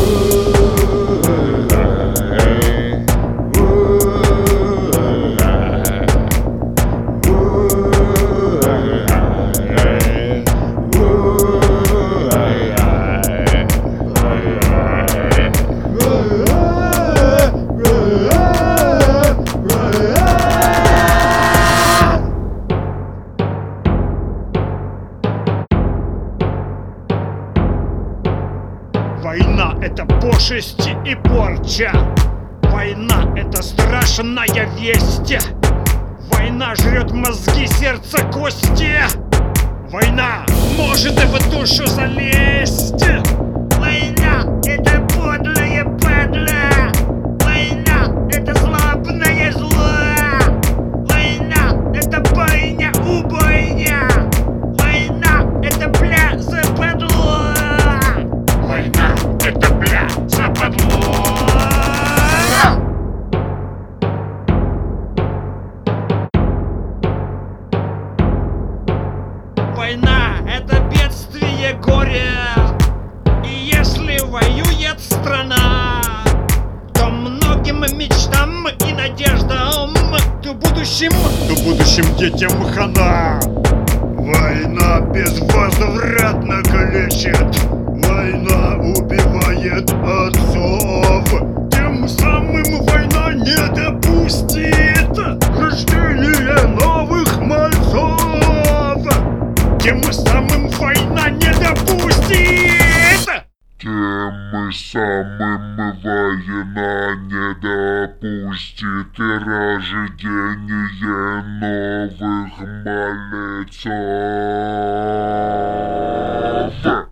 Война — это пошесть и порча. Война — это страшная весть. Война жрет мозги, сердце, кости. Война может и в душу залезть. Война — это подлое падла. Война — это злобное зло. Война — это бойня, убойня. Война — это бля западло. Война — это бля западло. Война — это бедствие, горе. И если воюет страна, то многим мечтам и надеждам, то будущим детям хана. Война безвозвратно калечит. Война убивает отцов. Тем самым война не допустит рождения новых мальцов. Тем самым война не допустит. Тем самым война не допустит рождения новых мальцов.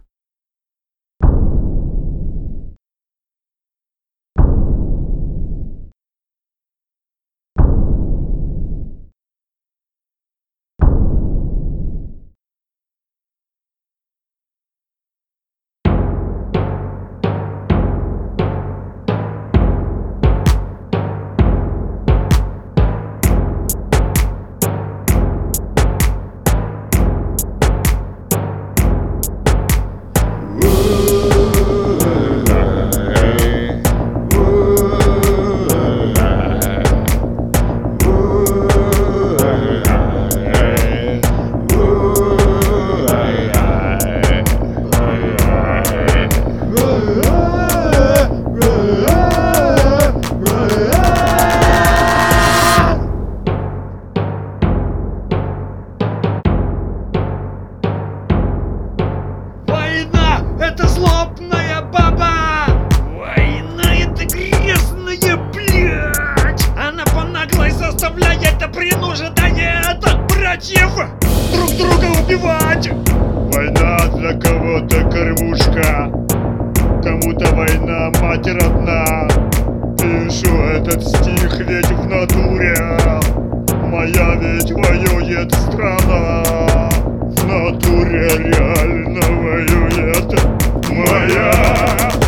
Это злобная баба. Война — это грязная, блядь. Она по наглой заставляет, да принуждает братьев друг друга убивать. Война для кого-то кормушка, кому-то война мать родна. Пишу этот стих ведь в натуре. Моя ведь воюет страна. В натуре реально воюет моя